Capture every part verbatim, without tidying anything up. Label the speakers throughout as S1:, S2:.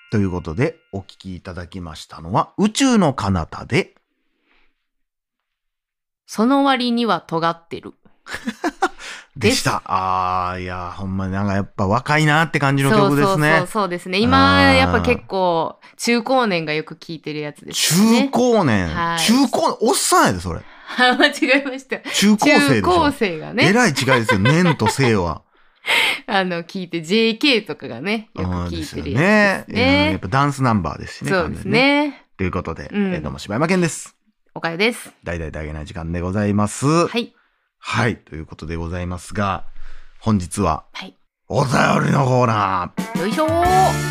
S1: ということで、お聞きいただきましたのは、宇宙の彼方で、
S2: その割には尖ってる。
S1: でした。あー、いや、ほんまになんかやっぱ若いなって感じの曲ですね。
S2: そうそうそうそうですね。今、やっぱ結構、中高年がよく聴いてるやつですね。
S1: 中高年、はい、中高年、おっさんやで、それ。
S2: 間違えました。
S1: 中高生でしょ。
S2: 中高生がね。
S1: えらい違いですよ、年と生は。
S2: あの、聞いて、ジェーケー とかがね、よく聞いてるやつですね。
S1: ね、えー。やっぱダンスナンバーですしね。
S2: そうですね。
S1: ねということで、うん、えー、どうも柴山健です。
S2: おかゆです。
S1: 大々であげない時間でございます。
S2: はい。
S1: はい、ということでございますが、本日は、
S2: はい、
S1: お便りのコーナー。
S2: よいしょー。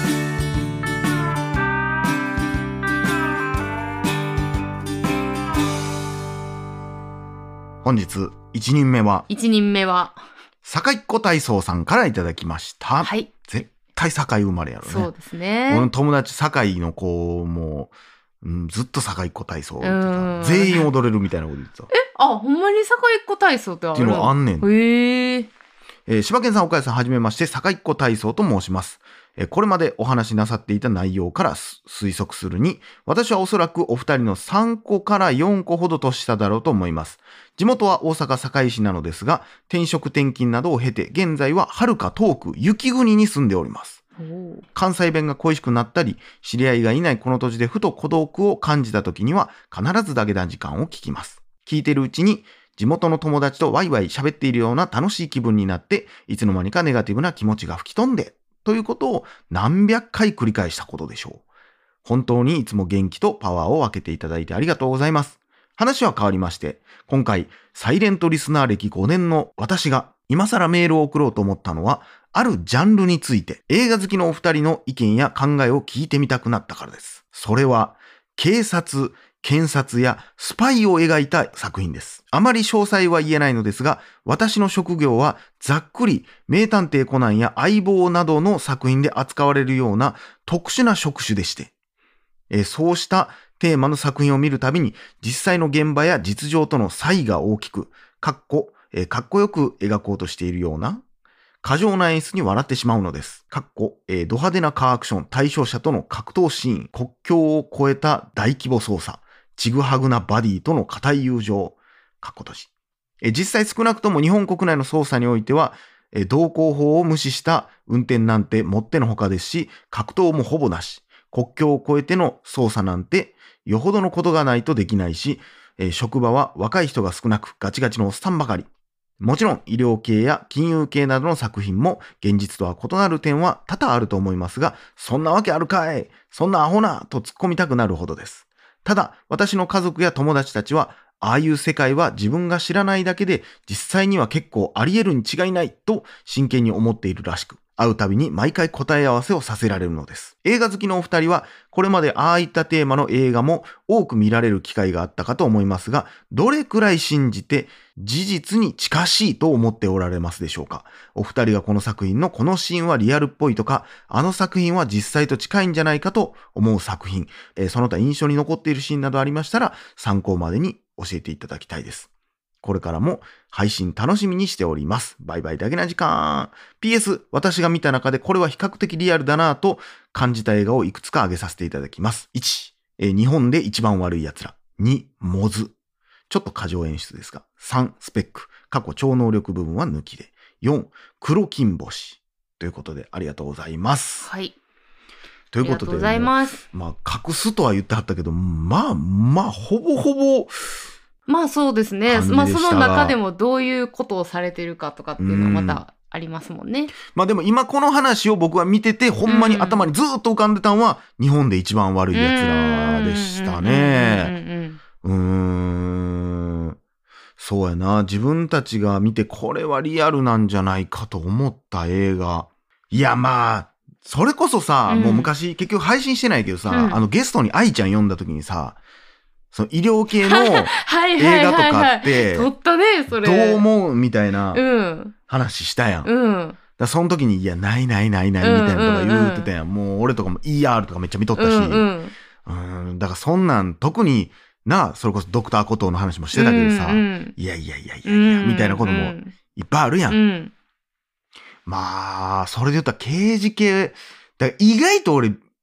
S1: 本日いちにんめは、
S2: いちにんめは、
S1: 坂井っ子体操さんからいただきました。
S2: はい。
S1: 絶対坂井生まれやろね。
S2: そうですね。
S1: 俺の友達坂井の子も、うん、ずっと坂井っ子体操言ってた。全員踊れるみたいなこと言ってた。
S2: え、あ、ほんまに坂井っ子体操ってある
S1: っていうのがあんねん。
S2: へー。
S1: えー、柴犬さん、岡谷さん、はじめまして、坂井っ子体操と申します。えー、これまでお話しなさっていた内容から推測するに、私はおそらくお二人のさんこからよんこほど年下だろうと思います。地元は大阪堺市なのですが、転職転勤などを経て、現在は遥か遠く雪国に住んでおります。関西弁が恋しくなったり、知り合いがいないこの土地でふと孤独を感じた時には、必ずだけな時間を聞きます。聞いてるうちに、地元の友達とワイワイ喋っているような楽しい気分になって、いつの間にかネガティブな気持ちが吹き飛んで、ということを何百回繰り返したことでしょう。本当にいつも元気とパワーを分けていただいてありがとうございます。話は変わりまして、今回、サイレントリスナー歴ごねんの私が今更メールを送ろうと思ったのは、あるジャンルについて映画好きのお二人の意見や考えを聞いてみたくなったからです。それは、警察、検察やスパイを描いた作品です。あまり詳細は言えないのですが、私の職業はざっくり名探偵コナンや相棒などの作品で扱われるような特殊な職種でして、えー、そうしたテーマの作品を見るたびに実際の現場や実情との差異が大きく、かっこ、えー、かっこよく描こうとしているような過剰な演出に笑ってしまうのです。かっこ、えー、ド派手なカーアクション、対象者との格闘シーン、国境を越えた大規模捜査、ちぐはぐなバディとの固い友情、かっこ閉じ。え実際少なくとも日本国内の捜査においては、え道交法を無視した運転なんてもってのほかですし、格闘もほぼなし。国境を越えての捜査なんてよほどのことがないとできないし、え職場は若い人が少なくガチガチのおっさんばかり。もちろん医療系や金融系などの作品も現実とは異なる点は多々あると思いますが、そんなわけあるかい、そんなアホなと突っ込みたくなるほどです。ただ、私の家族や友達たちは、ああいう世界は自分が知らないだけで、実際には結構あり得るに違いないと真剣に思っているらしく、会うたびに毎回答え合わせをさせられるのです。映画好きのお二人は、これまでああいったテーマの映画も多く見られる機会があったかと思いますが、どれくらい信じて事実に近しいと思っておられますでしょうか。お二人がこの作品のこのシーンはリアルっぽいとか、あの作品は実際と近いんじゃないかと思う作品、えー、その他印象に残っているシーンなどありましたら参考までに教えていただきたいです。これからも配信楽しみにしております。バイバイだけな時間。ピーエス、私が見た中でこれは比較的リアルだなぁと感じた映画をいくつか挙げさせていただきます。いち、えー、日本で一番悪い奴ら。に、モズ。ちょっと過剰演出ですが。さん、スペック。過去超能力部分は抜きで。よん、黒金星。ということでありがとうございます。
S2: はい。
S1: ということで、
S2: ありがとうございます。
S1: まあ、隠すとは言ってはったけど、まあ、まあ、ほぼほぼ、
S2: まあそうですね。まあその中でもどういうことをされてるかとかっていうのはまたありますもんね。
S1: まあでも今この話を僕は見てて、ほんまに頭にずっと浮かんでたのは、日本で一番悪い奴らでしたね。うーん。そうやな。自分たちが見てこれはリアルなんじゃないかと思った映画。いやまあ、それこそさ、うん、もう昔結局配信してないけどさ、うん、あのゲストに愛ちゃん呼んだ時にさ、その医療系の映画とかって
S2: 撮ったねそれ
S1: どう思うみたいな話したやん。うん、だその時にいやないないないないみたいなとか言うてたやん。もう俺とかも イーアール とかめっちゃ見とったし、うん、うん、だからそんなん特になそれこそドクターコトーの話もしてたけどさ、うんうん、いやいやいやいやいやみたいなこともいっぱいあるやん。うん、まあそれで言ったら刑事系だから意外と俺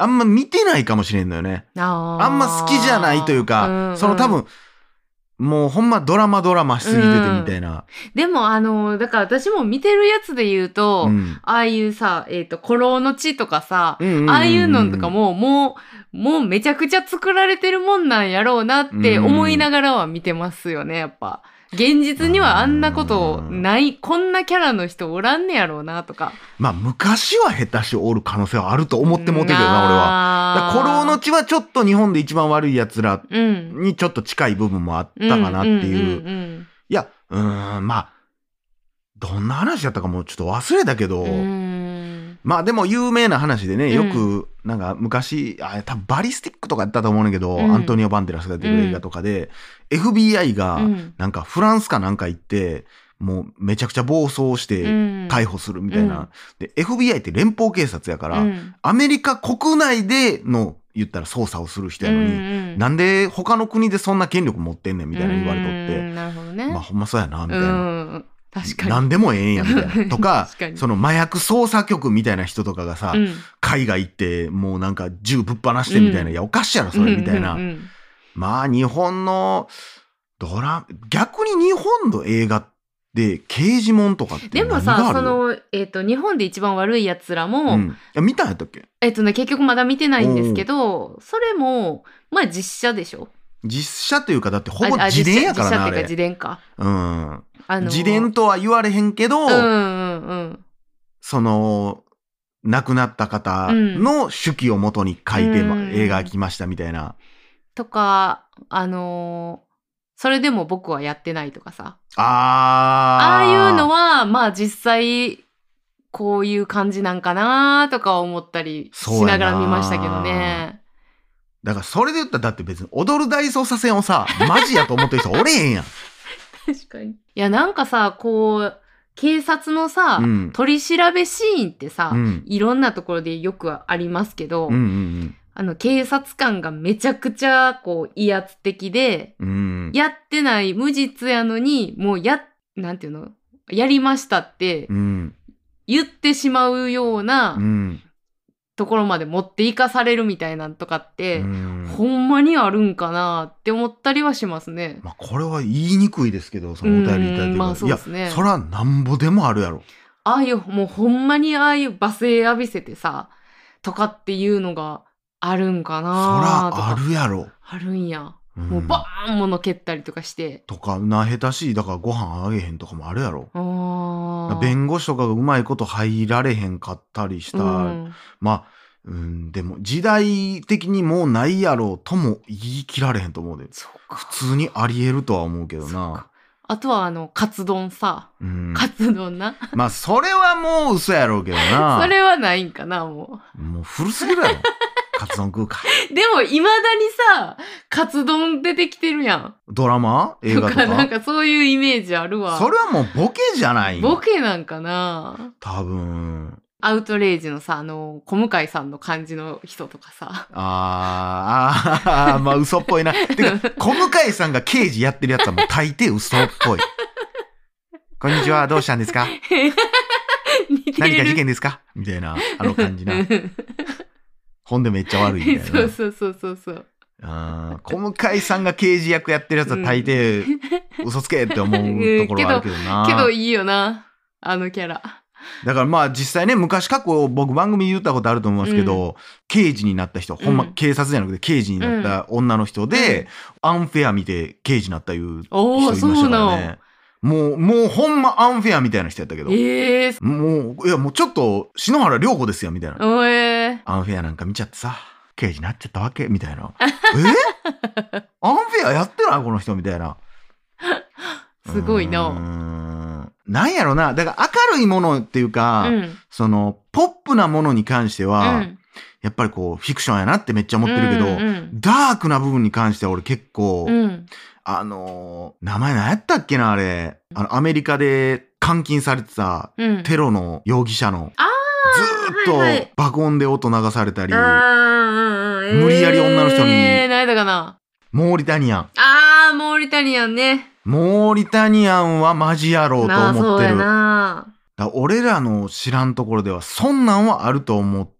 S1: あんま見てないかもしれんのよね。
S2: あー
S1: あんま好きじゃないというか、
S2: うんうん
S1: その多分、もうほんまドラマドラマしすぎててみたいな。
S2: でもあのだから私も見てるやつで言うと、
S1: うん
S2: ああいうさ、えっ、と古老の地とかさ、
S1: うんうんうんうん
S2: ああいうのとかももうもうめちゃくちゃ作られてるもんなんやろうなって思いながらは見てますよね、やっぱ。現実にはあんなことない、こんなキャラの人おらんねやろうなとか。
S1: まあ昔は下手しおる可能性はあると思ってもうてるけどな、俺は。だから古老の地はちょっと日本で一番悪い奴ら
S2: うん
S1: にちょっと近い部分もあったかなっていう。
S2: うんうん
S1: いや、うーん、まあ、どんな話だったかもうちょっと忘れたけど、
S2: うんうん。うーん
S1: まあでも有名な話でね、
S2: うん
S1: よくなんか昔、あ、多分バリスティックとかやったと思うんだけど、
S2: うん
S1: アントニオ・バンデラスが出る映画とかで、エフビーアイ が
S2: うん
S1: なんかフランスかなんか行って、もうめちゃくちゃ暴走して逮捕するみたいな。
S2: うん
S1: で、エフビーアイ って連邦警察やから、
S2: うん
S1: アメリカ国内での言ったら捜査をする人やのに、
S2: うんうん
S1: なんで他の国でそんな権力持ってんねんみたいな言われとっ
S2: う
S1: て、
S2: んなるほどね。
S1: まあほんまそうやな、みたいな。
S2: うん確かに。
S1: なんでもええんやみたいな。とか
S2: 確かに
S1: その麻薬捜査局みたいな人とかがさ、
S2: うん
S1: 海外行ってもうなんか銃ぶっ放してみたいな、
S2: うん
S1: いやおかしいやろそれみたいな、
S2: うんうんうん
S1: まあ日本のドラ逆に日本の映画って刑事もんとかって
S2: でも
S1: 何がある
S2: さ、その、えっ、と、日本で一番悪い奴らも、
S1: うん、いや見たんやったっけ
S2: えっ、とね、結局まだ見てないんですけど、それも、まあ実写でしょ。
S1: 実写というかだってほぼ
S2: ああ
S1: 自伝やからなあ
S2: 実写っていうか自
S1: れ、
S2: 伝か。
S1: うん、
S2: あの
S1: 自伝とは言われへんけど、
S2: うんうんうん。
S1: その亡くなった方の手記をもとに書いて、ま
S2: うん
S1: 映画来ましたみたいな。
S2: とか、あのーそれでも僕はやってないとかさ。
S1: あ
S2: ああ
S1: あ
S2: いうのは、まあ実際、こういう感じなんかなとか思ったりしながら見ましたけどね。
S1: だからそれで言ったらだって別に踊る大捜査線をさマジやと思ってる人おれへんやん。
S2: 確かに。いや、なんかさ、こう、警察のさ、
S1: うん
S2: 取り調べシーンってさ、
S1: うん
S2: いろんなところでよくありますけど、
S1: うんうん
S2: あの、警察官がめちゃくちゃ、こう、威圧的で、
S1: うんうん
S2: やってない無実やのに、もうや、なんていうのやりましたって
S1: うん
S2: 言ってしまうような
S1: うん
S2: ところまで持っていかされるみたいなんとかって、
S1: うん
S2: ほんまにあるんかなって思ったりはしますね。
S1: まあこれは言いにくいですけどそのお便りいただいてる
S2: うんまあそうですね
S1: いやそらなんぼでもあるやろ。
S2: ああいう、もうほんまにああいう罵声浴びせてさ、とかっていうのがあるんか
S1: そ
S2: なとか。
S1: らあるやろ。
S2: あるんや。
S1: うん
S2: もうバーン物蹴ったりとかして。
S1: とかな下手しいだからご飯あげへんとかもあるやろ。
S2: ああ。
S1: 弁護士とかがうまいこと入られへんかったりした、
S2: うん
S1: まあ、うん、でも時代的にもうないやろうとも言い切られへんと思うで。
S2: そうか。
S1: 普通にあり得るとは思うけど
S2: そう
S1: な
S2: か。あとはあの、カツ丼さ。
S1: うん、
S2: カツ丼な。
S1: まあそれはもう嘘やろうけどな。
S2: それはないんかな、も
S1: もう古すぎるやろ。カツ丼食うか。
S2: う。でも、未だにさ、カツ丼出てきてるやん。
S1: ドラマ映画とか。
S2: とか、なんかそういうイメージあるわ。
S1: それはもうボケじゃないん
S2: ボケなんかな。
S1: 多分。
S2: アウトレイジのさ、あの、小向井さんの感じの人とかさ。
S1: あーあー、まあ嘘っぽいな。てか、小向井さんが刑事やってるやつはもう大抵嘘っぽい。こんにちは、どうしたんですか
S2: 似てる。
S1: 何か事件ですかみたいな、あの感じな。ほんでめっちゃ悪いみたいな。
S2: そうそうそうそうそう。
S1: あー小向井さんが刑事役やってるやつは大抵、嘘つけって思うところはあるけどな。
S2: けどいいよな、あのキャラ。
S1: だからまあ実際ね、昔過去僕番組で言ったことあると思いますけど、
S2: うん
S1: 刑事になった人、ほんま
S2: うん
S1: 警察じゃなくて刑事になった女の人で、アンフェア見て刑事になったいう人い
S2: おー、
S1: ました
S2: そうな
S1: からね。もう、もうほんまアンフェアみたいな人やったけど。
S2: ええー、
S1: もう、いやもうちょっと篠原涼子ですよみたいな。
S2: おえ
S1: アンフェアなんか見ちゃってさ、刑事になっちゃったわけみたいな。えアンフェアやってないこの人みたいな。
S2: ー、すごいう
S1: ー
S2: な。
S1: んなんやろな。だから明るいものっていうか、
S2: うん。
S1: その、ポップなものに関しては、
S2: うん
S1: やっぱりこう、フィクションやなってめっちゃ思ってるけど、
S2: うんうん
S1: ダークな部分に関しては俺結構、
S2: うん。
S1: あのー名前何やったっけな、あれ。あの、アメリカで監禁されてた
S2: うん。
S1: テロの容疑者の、
S2: あ
S1: ずーっ
S2: はいはい
S1: と爆音で音流されたり、
S2: あー、
S1: 無理やり女の人に
S2: えー、何やったかな。
S1: モーリタニアン。
S2: あー、モーリタニアンね。
S1: モーリタニアンはマジやろうと
S2: なあ、そうや
S1: 思ってる。だか
S2: な。
S1: ら俺らの知らんところでは、そんなんはあると思って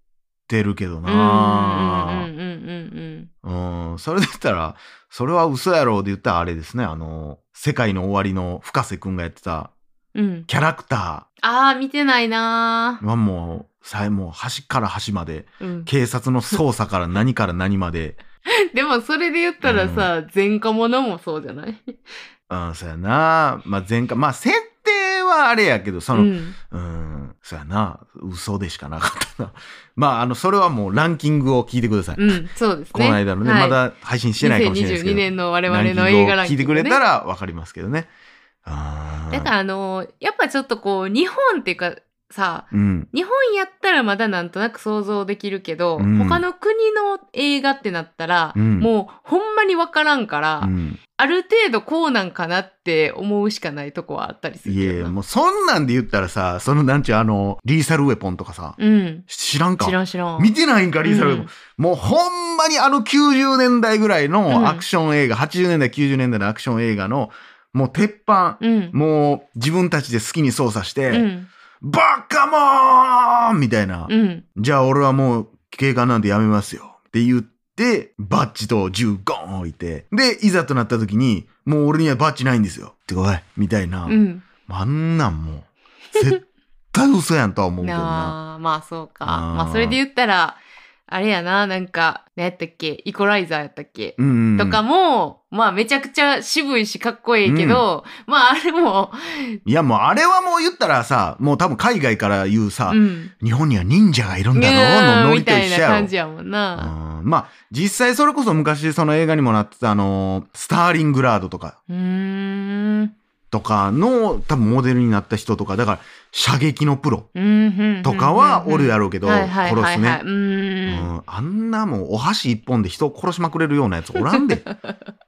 S1: ってるけど
S2: うん
S1: な。
S2: うんうんうんうん
S1: うん、それで言ったら、それは嘘やろうで言ったらあれですね。あの、世界の終わりの深瀬くんがやってた
S2: うんうん。
S1: キャラクタ
S2: あー見てないな
S1: ーはもう、さえもう端から端まで、
S2: ー。うん。
S1: 警察の捜査から何から何まで、
S2: でもそれで言ったらさ、前科者もそうじゃない？
S1: うん、そうやな。まあ前回、まあ設定はあれやけど、その、
S2: う
S1: うん、
S2: ん。
S1: そうやな。嘘でしかなかったな。まああの、それはもうランキングを聞いてください。
S2: うん、そうですね。
S1: この間のね、
S2: はい
S1: まだ配信してないかもしれないですけど。
S2: にせんにじゅうにねんの我々の映画ランキング、ね、
S1: 聞いてくれたらわかりますけどね。あー
S2: だからあのやっぱちょっとこう日本っていうかさ、
S1: うん。
S2: 日本やったらまだなんとなく想像できるけど、
S1: うん
S2: 他の国の映画ってなったら、
S1: うん
S2: もうほんまに分からんから、
S1: うん。
S2: ある程度こうなんかなって思うしかないとこはあったりする
S1: いや、
S2: けどな。
S1: もうそんなんで言ったらさ、そのなんちゅう、あの、リーサルウェポンとかさ、
S2: うん。
S1: 知らんか
S2: 知らん知らん。
S1: 見てないんか、リーサルウェポン。もうほんまにあのきゅうじゅうねんだいぐらいのアクション映画、はちじゅうねんだい、きゅうじゅうねんだいのアクション映画の、もう鉄板、
S2: うん。
S1: もう自分たちで好きに操作して、
S2: うん。
S1: バカモーンみたいな、
S2: うん。
S1: じゃあ俺はもう警官なんてやめますよって言って、バッジと銃ゴーン置いて、で、いざとなった時に、もう俺にはバッジないんですよ。ってこいみたいな。
S2: うん。
S1: あんなんもう、絶対嘘やんとは思うけどな。
S2: なあ、まあそうか。
S1: あー
S2: まあそれで言ったら、あれやな、なんか、何やったっけ、イコライザーやったっけ、
S1: うんうんうん、
S2: とかも、まあめちゃくちゃ渋いしかっこいいけど、まああれも、
S1: いやもうあれはもう言ったらさ、もう多分海外から言うさ、
S2: うん。
S1: 日本には忍者がいるんだろうのノリ
S2: みたいな
S1: と一緒やろ。
S2: 感じやもんな。
S1: うん、まあ実際それこそ昔その映画にもなってたあのースターリングラードとか
S2: うーん。
S1: とかの多分モデルになった人とか、だから射撃のプロ
S2: うん
S1: とかはおるやろうけど、
S2: はいはい
S1: 殺すね。
S2: はいはい。うーん。
S1: うん、あんなもうお箸一本で人を殺しまくれるようなやつおらんで。うん、い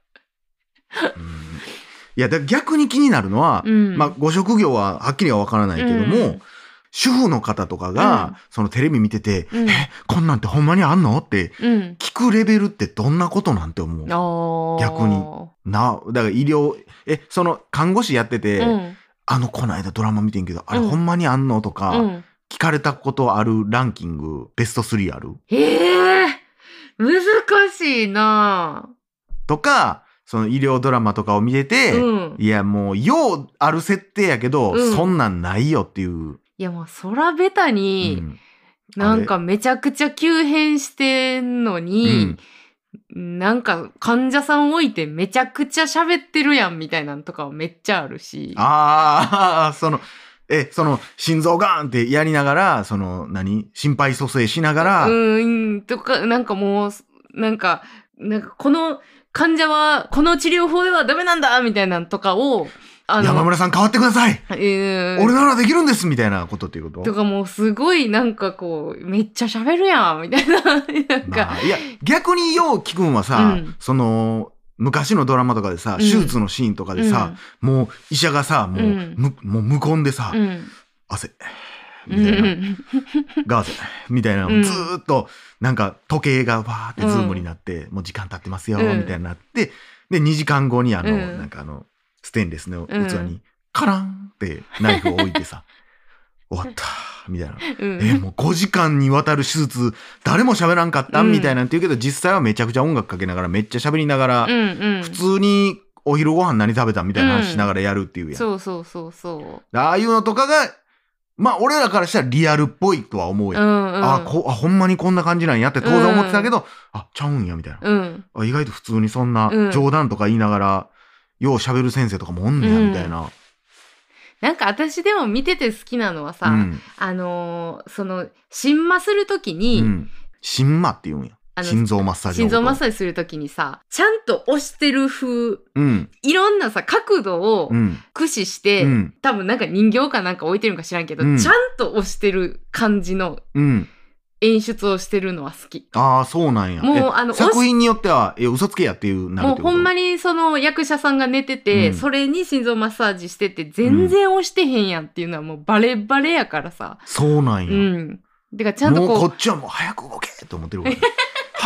S1: やだから逆に気になるのは、
S2: うん
S1: まあご職業ははっきりはわからないけども、
S2: うん
S1: 主婦の方とかが、
S2: うん
S1: そのテレビ見てて、
S2: うん
S1: えこんなんてほんまにあんのって
S2: うん。
S1: 聞くレベルってどんなことなんて思う。
S2: あー
S1: 逆にな、だから医療、え、その看護師やってて、
S2: うん。
S1: あのこの間ドラマ見てんけど、あれ
S2: うん
S1: ほんまにあんのとか、
S2: うん。
S1: 聞かれたことあるランキング、ベストスリーある
S2: ええー、難しいな
S1: とか、その医療ドラマとかを見てて、
S2: うん。
S1: いやもう、ようある設定やけど、
S2: うん
S1: そんなんないよっていう。
S2: いやもう空ベタに、
S1: うん
S2: なんかめちゃくちゃ急変してんのに、なんか患者さん置いてめちゃくちゃ喋ってるやんみたいなんとかはめっちゃあるし。
S1: ああ、その、え、その、心臓ガーンってやりながら、その、何心肺蘇生しながら、
S2: うーん、とか、なんかもう、なんか、なんかこの患者はこの治療法ではダメなんだみたいなんとかを、あの、
S1: 山村さん変わってください、
S2: えー
S1: 俺ならできるんですみたいなことっていうこと
S2: とかもうすごいなんかこう、めっちゃ喋るやんみたいな。なんか、
S1: まあ、いや、逆によう聞くんはさ、
S2: うん
S1: その、昔のドラマとかでさ、
S2: うん
S1: 手術のシーンとかでさ、もう医者がさ、もう、
S2: うん
S1: むもう無言でさ、
S2: うん、うん。
S1: 汗、
S2: う
S1: みたいな、
S2: ん。
S1: ガーゼ、みたいな、
S2: うん
S1: ずーっと、なんか時計がわーってズームになって、もう時間経ってますよ、
S2: うん
S1: みたいになって、で、にじかんごにあの、
S2: うん
S1: なんかあの、ステンレスの器
S2: うん
S1: に、カランってナイフを置いてさ、終わった、みたいな。
S2: うん
S1: え、もうごじかんにわたる手術、誰も喋らんかった、
S2: うん
S1: みたいなんて言うけど、実際はめちゃくちゃ音楽かけながら、めっちゃ喋りながら、
S2: うんうん。
S1: 普通にお昼ご飯何食べたみたいな話しながらやるっていうやん。
S2: そうそうそうそう。
S1: ああいうのとかが、まあ俺らからしたらリアルっぽいとは思うやん。
S2: うんうん。
S1: あこあ、ほんまにこんな感じなんやって当然思ってたけど、あ、ちゃうんや、みたいな。
S2: うん。
S1: あ意外と普通にそんな
S2: うん
S1: 冗談とか言いながら、よう喋る先生とかもおんねや、
S2: うん
S1: みたいな。
S2: なんか私でも見てて好きなのはさ、
S1: うん。
S2: あのーその、心マするときに、
S1: うん。心マって言うんや。
S2: あの
S1: 心臓マッサージの
S2: 心
S1: こと。
S2: 臓マッサージするときにさ、ちゃんと押してる風、
S1: うん。
S2: いろんなさ、角度を
S1: うん。
S2: 駆使して、
S1: うん。
S2: 多分なんか人形かなんか置いてるんか知らんけど、
S1: うん
S2: ちゃんと押してる感じの
S1: うん。
S2: 演出をしてるのは好き。
S1: ああ、そうなんや。
S2: もう
S1: え
S2: あの
S1: 作品によっては、え、嘘つけやっていうなるってこと
S2: もうほんまにその役者さんが寝てて、
S1: うん
S2: それに心臓マッサージしてて、全然押してへんやんっていうのはもうバレバレやからさ。
S1: そうなんや。
S2: うん。だからちゃんとこう、
S1: もうこっちはもう早く動けと思ってるから。は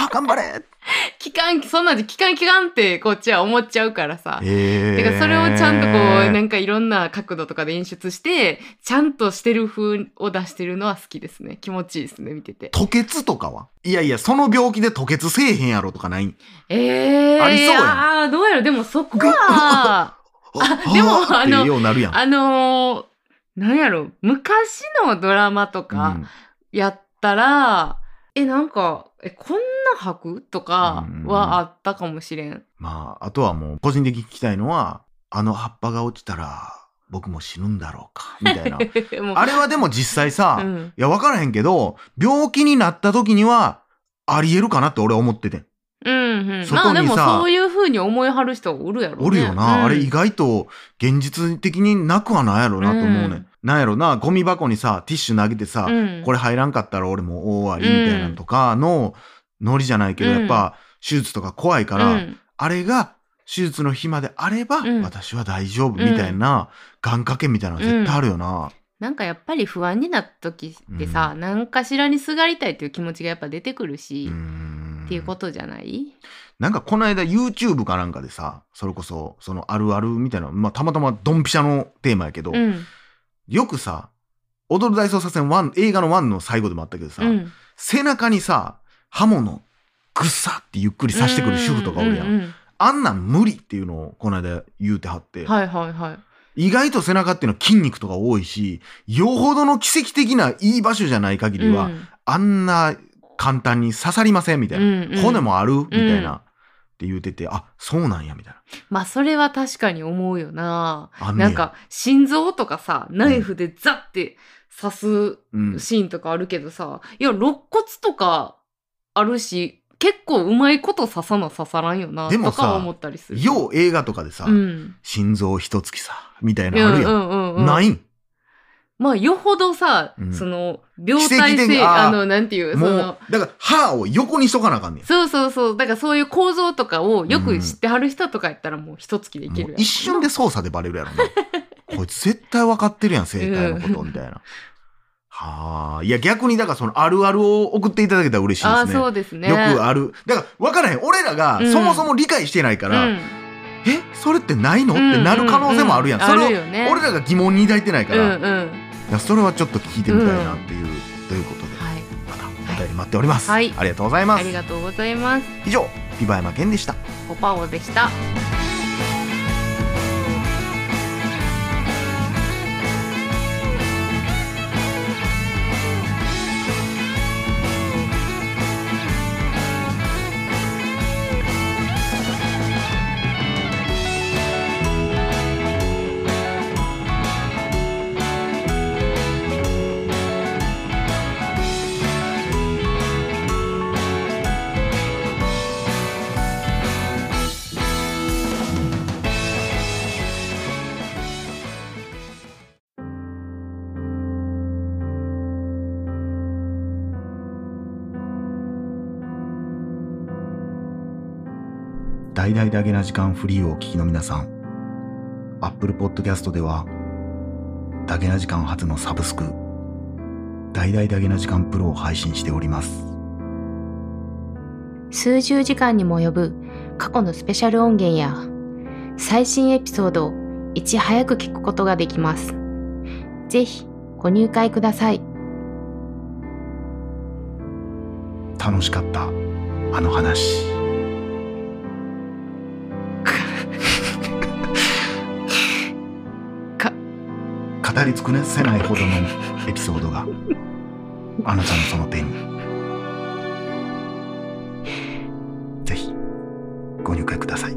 S1: 頑張れ
S2: 期間そんなんで期間期間ってこっちは思っちゃうからさ。
S1: へー
S2: だからそれをちゃんとこうなんかいろんな角度とかで演出してちゃんとしてる風を出してるのは好きですね。気持ちいいですね見てて。
S1: 吐血とかはいやいやその病気で吐血せえへんやろとかない？
S2: えー、
S1: ありそうやん
S2: あーどうやろでもそこはあでも
S1: はーって
S2: あの
S1: ようなるやん。
S2: あのー、なんやろ昔のドラマと
S1: う
S2: か
S1: ん
S2: やったら、えなんかえこんな吐くとかはあったかもしれん。
S1: まああとはもう個人的に聞きたいのはあの葉っぱが落ちたら僕も死ぬんだろうかみたいな
S2: もう
S1: あれはでも実際さ、
S2: うん
S1: いや分からへんけど病気になった時にはありえるかなって俺は思っててん。
S2: うんうん、
S1: 外にさ
S2: まあでもそういう風に思いはる人おるやろね。
S1: おるよな、
S2: うん
S1: あれ意外と現実的になくはないやろなと思うね、
S2: うん
S1: ん、なんやろなゴミ箱にさティッシュ投げてさ、
S2: うん
S1: これ入らんかったら俺もう終わりみたいなのとかのノリじゃないけど、
S2: うん
S1: やっぱ手術とか怖いから、
S2: うん
S1: あれが手術の日まであれば、
S2: うん
S1: 私は大丈夫みたいな願掛けみたいなの絶対あるよな、
S2: なんかやっぱり不安になった時ってさ、
S1: う
S2: 何かしらにすがりたいっていう気持ちがやっぱ出てくるし、
S1: うーん
S2: っていうことじゃない？
S1: なんかこの間 YouTube かなんかでさそれこそそのあるあるみたいな、まあ、たまたまドンピシャのテーマやけど、
S2: うん
S1: よくさ踊る大捜査線ワン映画のワンの最後でもあったけどさ、
S2: うん
S1: 背中にさ刃物グッサってゆっくり刺してくる主婦とかおるやん、
S2: うう
S1: あんなん無理っていうのをこの間言うてはって、
S2: はいはいはい
S1: 意外と背中っていうのは筋肉とか多いしよほどの奇跡的ないい場所じゃない限りは、
S2: うん
S1: あんな簡単に刺さりませんみたいな、
S2: うんうん
S1: 骨もあるみたいな、
S2: うん
S1: って言うててあそうなんやみたいな
S2: まあそれは確かに思うよな。
S1: あんねや
S2: なんか心臓とかさナイフでザッて刺す
S1: うん
S2: シーンとかあるけどさ、いや肋骨とかあるし結構うまいこと刺さな刺さらんよな
S1: でもさ
S2: とか思ったりする。
S1: よう映画とかでさ、
S2: うん、
S1: 心臓一月さみたいなのあるやん、
S2: うんうんうんうん、
S1: ないん
S2: まあよほどさ、
S1: うん
S2: その病態
S1: 奇跡的
S2: 性
S1: あー
S2: あのなんていうそ
S1: もう
S2: の
S1: だから歯を横にしとかなあかんねん
S2: そうそうそうだからそういう構造とかをよく知ってはる人とかやったらもう一月でいけるやん
S1: もう一瞬で操作でバレるやろなこいつ絶対分かってるやん生態のことみたいな、はあいや逆にだからそのあるあるを送っていただけたら嬉しいですね。
S2: あーそうですね
S1: よくあるだから分からへん俺らが
S2: うん
S1: そもそも理解してないから、
S2: うん
S1: えそれってないの、ってなる可能性もあるやん、
S2: うん
S1: それを
S2: あるよね
S1: 俺らが疑問に抱いてないから、
S2: うんうん
S1: いやそれはちょっと聞いてみたいなっていう、ということで
S2: はい
S1: またお便り待っております、
S2: はい
S1: ありがとうございます。
S2: ありがとうございます。
S1: 以上ピバ山健でした。
S2: ポパオでした。
S1: 大々だけな時間フリーをお聞きの皆さん、Apple Podcast ではだけな時間初のサブスク大々だけな時間プロを配信しております。
S2: 数十時間にも及ぶ過去のスペシャル音源や最新エピソードをいち早く聞くことができます。ぜひご入会ください。
S1: 楽しかったあの話
S2: か
S1: 語り尽くせないほどのエピソードがあなたのその手にぜひご入会ください。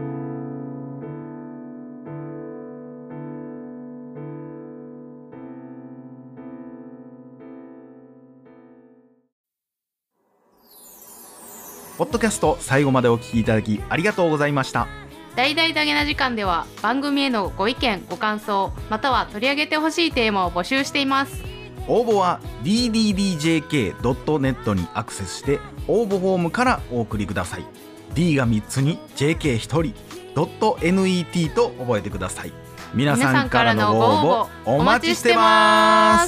S1: ポッドキャスト最後までお聞きいただきありがとうございました。
S2: 大々だけな時間では番組へのご意見ご感想または取り上げてほしいテーマを募集しています。
S1: 応募は ディーディーディージェーケードットネット にアクセスして応募フォームからお送りください。 D がみっつに ジェーケーひとり .net と覚えてください。皆さんからのご応募お待ちしてます。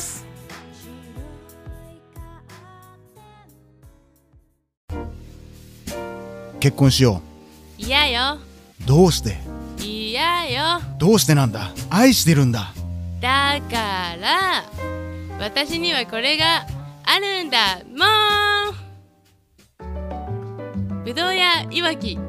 S3: 結婚しよ
S2: 嫌よ。
S3: う。どうして？
S2: 嫌よ。
S3: どうしてなんだ？愛してるんだ。
S2: だから私にはこれがあるんだもん。ぶどうやいわき